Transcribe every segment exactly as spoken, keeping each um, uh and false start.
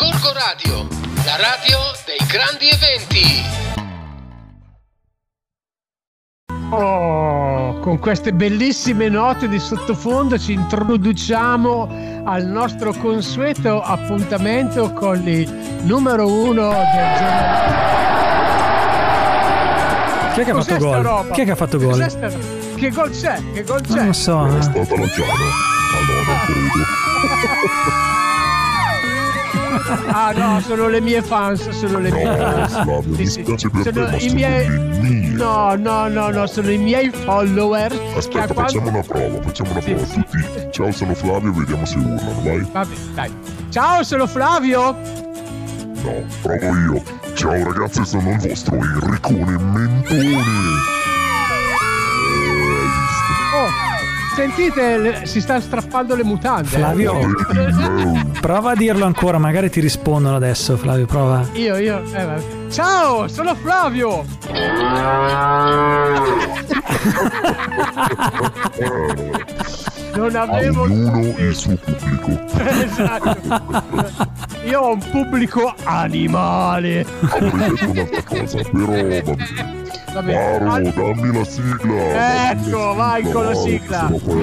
Gorgo Radio, la radio dei grandi eventi. Oh, con queste bellissime note di sottofondo ci introduciamo al nostro consueto appuntamento con il numero uno del giornalismo. Chi è che ha fatto gol? Chi è che ha fatto gol? Che gol c'è? Che gol c'è? Non lo so. È stata la Giana. Allora, credo. Ah no, sono le mie fans, sono le mie No, fans. Flavio, mi Sì, sì. spiace per te, Sono ma i sono miei... le mie. No, no, no, no, sono i miei follower. Aspetta, che facciamo quando... una prova, facciamo una Sì, prova. sì. Tutti, ciao, sono Flavio, vediamo se urlano, vai. Vabbè, dai. Ciao, sono Flavio. No, provo io. Ciao ragazzi, sono il vostro Enricone Mentone. Oh, sentite, le- si sta strappando le mutande. Flavio, prova a dirlo ancora, magari ti rispondono adesso. Flavio, prova. Io, io. Eh, vabbè. Ciao, sono Flavio. Non avevo Ognuno il suo pubblico. Esatto. Io ho un pubblico animale. Avrei detto un'altra cosa, però va bene. Va bene. Caro, dammi la sigla. dammi Ecco, vai con la sigla. se no poi-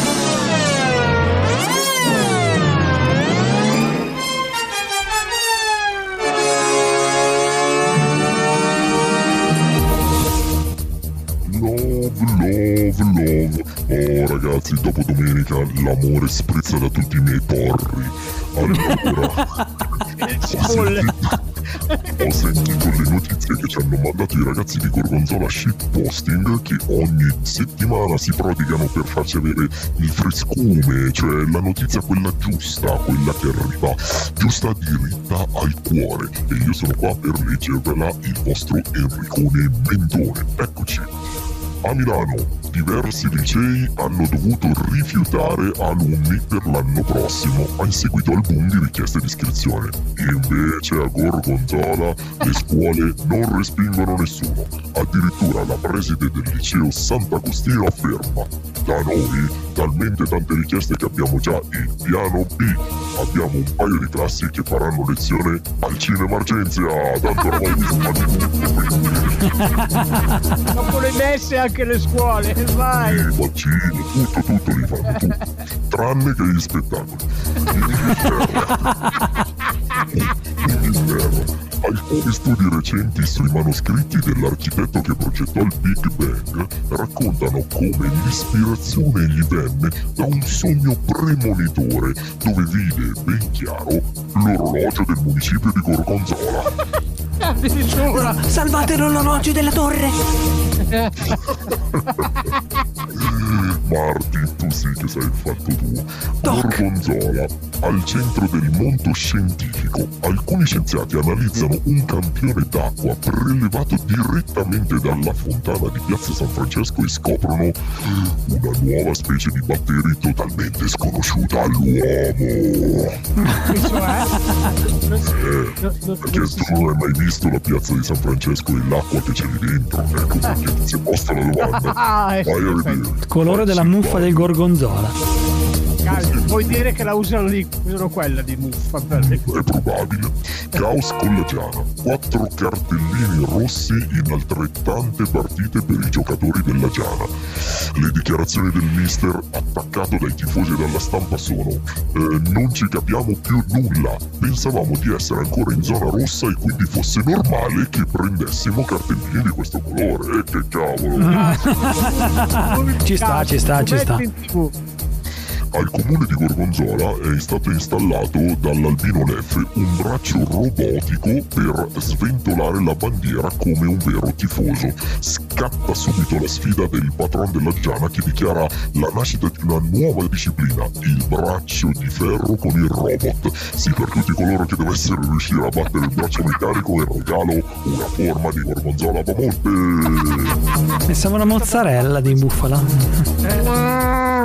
Love, love, love. Oh ragazzi, dopo domenica l'amore sprizza da tutti i miei porri. Allora, ho sentito, ho sentito le notizie che ci hanno mandato i ragazzi di Gorgonzola Shitposting, che ogni settimana si prodigano per farci avere il frescume, cioè la notizia quella giusta, quella che arriva giusta diritta al cuore. E io sono qua per leggervela, il vostro Enricone Mentone. Eccoci. A Milano diversi licei hanno dovuto rifiutare alunni per l'anno prossimo in seguito al boom di richieste di iscrizione. Invece a Gorgonzola le scuole non respingono nessuno. Addirittura la preside del liceo Sant'Agostino afferma: da noi talmente tante richieste che abbiamo già il piano B. Abbiamo un paio di classi che faranno lezione al cinema Argenzia. Tanto oramai mi sono Dopo le messe anche le scuole, vai. i vaccini, tutto, tutto li fanno, tutto. Tranne che gli spettacoli. In Inghilterra, alcuni studi recenti sui manoscritti dell'architetto che progettò il Big Bang raccontano come l'ispirazione gli venne da un sogno premonitore dove vide ben chiaro l'orologio del municipio di Gorgonzola. Addirittura. Salvate l'orologio della torre! Marti, tu sì che sai il fatto tuo. Gorgonzola, al centro del mondo scientifico, alcuni scienziati analizzano un campione d'acqua prelevato direttamente dalla fontana di Piazza San Francesco e scoprono una nuova specie di batteri totalmente sconosciuta all'uomo. Cioè? Eh, perché tu non hai mai visto la piazza di San Francesco e l'acqua che c'è lì dentro? Ecco perché ti si è posta la domanda. Ah, ecco, Vai a perfetto. vedere. Colore della muffa del Gorgonzola. Calma, vuoi dire che la usano lì? Usano quella di muffa per le... È probabile. Caos con la Giana. Quattro cartellini rossi in altrettante partite per i giocatori della Giana. Le dichiarazioni del mister, attaccato dai tifosi e dalla stampa, sono eh, non ci capiamo più nulla. Pensavamo di essere ancora in zona rossa e quindi fosse normale che prendessimo cartellini di questo colore. E che cavolo. Ci sta, ci sta, ci sta. Al comune di Gorgonzola è stato installato dall'Albino Leffe un braccio robotico per sventolare la bandiera come un vero tifoso. Scatta subito la sfida del patron della Giana che dichiara la nascita di una nuova disciplina, il braccio di ferro con il robot. Sì, per tutti coloro che dovessero riuscire a battere il braccio meccanico in regalo una forma di Gorgonzola Bamonte. Pensavo una mozzarella di bufala.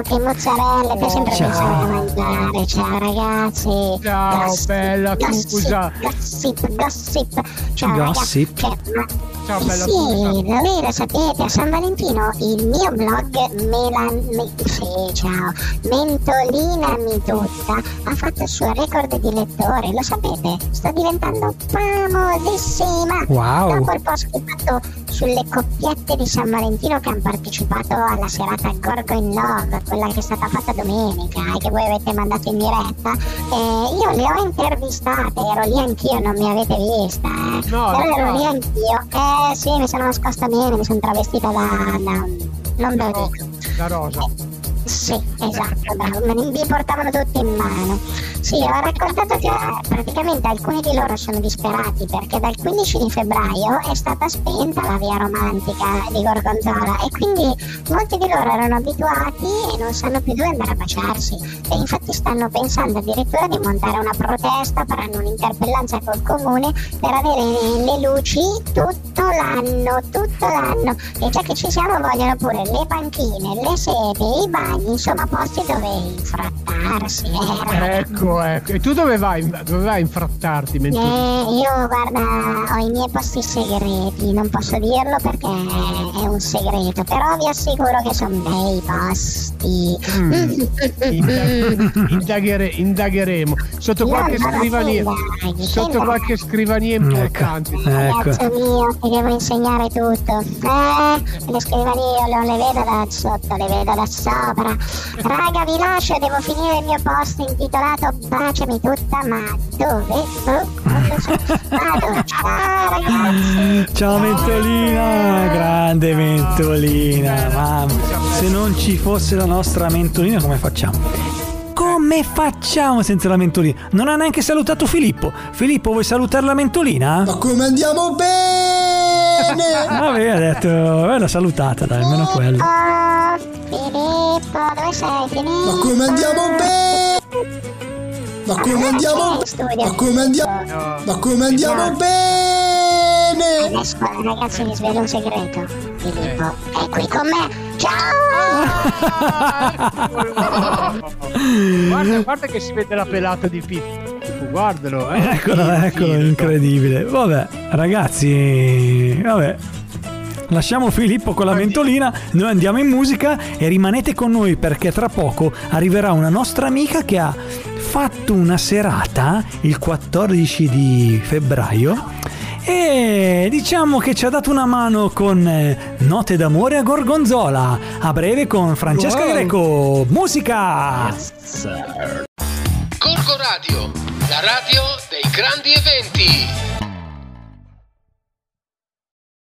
che mozzarella, che sempre Ciao. pensavo da mangiare. Ciao ragazzi. Ciao, Gossip, bella Cusa. Gossip, gossip. Ciao Gossip. ragazzi. Cioè, ma Ciao, bella sì, Cusa. voi lo sapete, a San Valentino il mio blog Melan... Me, sì, ciao, Mentolinami Tutta ha fatto il suo record di lettori, lo sapete? Sta diventando famosissima. Wow. Dopo il post che ho fatto sulle coppiette di San Valentino che hanno partecipato alla serata Gorgo in Love, quella che è stata fatta domenica e che voi avete mandato in diretta, eh, io le ho intervistate, ero lì anch'io, non mi avete vista, eh. No, Però ero no. lì anch'io. Eh sì, mi sono nascosta bene, mi sono travestita da... da non ve lo dico. La rosa. Sì, esatto, bravo, me li vi portavano tutti in mano. Sì, ho raccontato che praticamente alcuni di loro sono disperati perché dal quindici di febbraio è stata spenta la via romantica di Gorgonzola e quindi molti di loro erano abituati e non sanno più dove andare a baciarsi e infatti stanno pensando addirittura di montare una protesta, faranno un'interpellanza col comune per avere le luci tutto l'anno, tutto l'anno e già che ci siamo vogliono pure le panchine, le sedi, i bagni, insomma posti dove infrattarsi. Eh, Ecco, ecco. E tu dove vai? Dove vai a infrattarti? mentre- Eh, io guarda ho i miei posti segreti, non posso dirlo perché è un segreto, però vi assicuro che sono bei posti. Mm. Indag- indaghere- indagheremo sotto Io qualche non scrivania, indaghi, sotto che qualche scrivania Ecco, importante. ecco. Ragazzo mio, ti devo insegnare tutto. Eh, le scrivanie io non le vedo da sotto, le vedo da sopra. Raga, vi lascio, devo finire il mio post intitolato Baciami tutta, ma dove? Oh, non lo so. Vado, ciao ragazzi. Ciao Mentolina, grande Mentolina. Mamma, se non ci fosse la nostra Mentolina come facciamo? Come facciamo senza la Mentolina? Non ha neanche salutato Filippo. Filippo, vuoi salutare la Mentolina? Ma come andiamo bene? Vabbè, ha detto, eh, l'ha salutata, dai, almeno quello. Oh, Filippo, dove sei Filippo? Ma come andiamo bene? Ma come andiamo? In studio. Ma come andiamo? Ma come andiamo bene? Adesso ragazzi vi svelo un segreto. Filippo è qui con me. Ciao! Guarda, guarda che si vede la pelata di Pippo. Guardalo, eh. Eccolo, Sì, eccolo, sì, incredibile. Vabbè, ragazzi, vabbè. Lasciamo Filippo con la Mentolina, noi andiamo in musica e rimanete con noi perché tra poco arriverà una nostra amica che ha fatto una serata il quattordici di febbraio e diciamo che ci ha dato una mano con eh, Note d'amore a Gorgonzola. A breve con Francesca Wow. Greco. Musica! Gorgo Radio, la radio dei grandi eventi.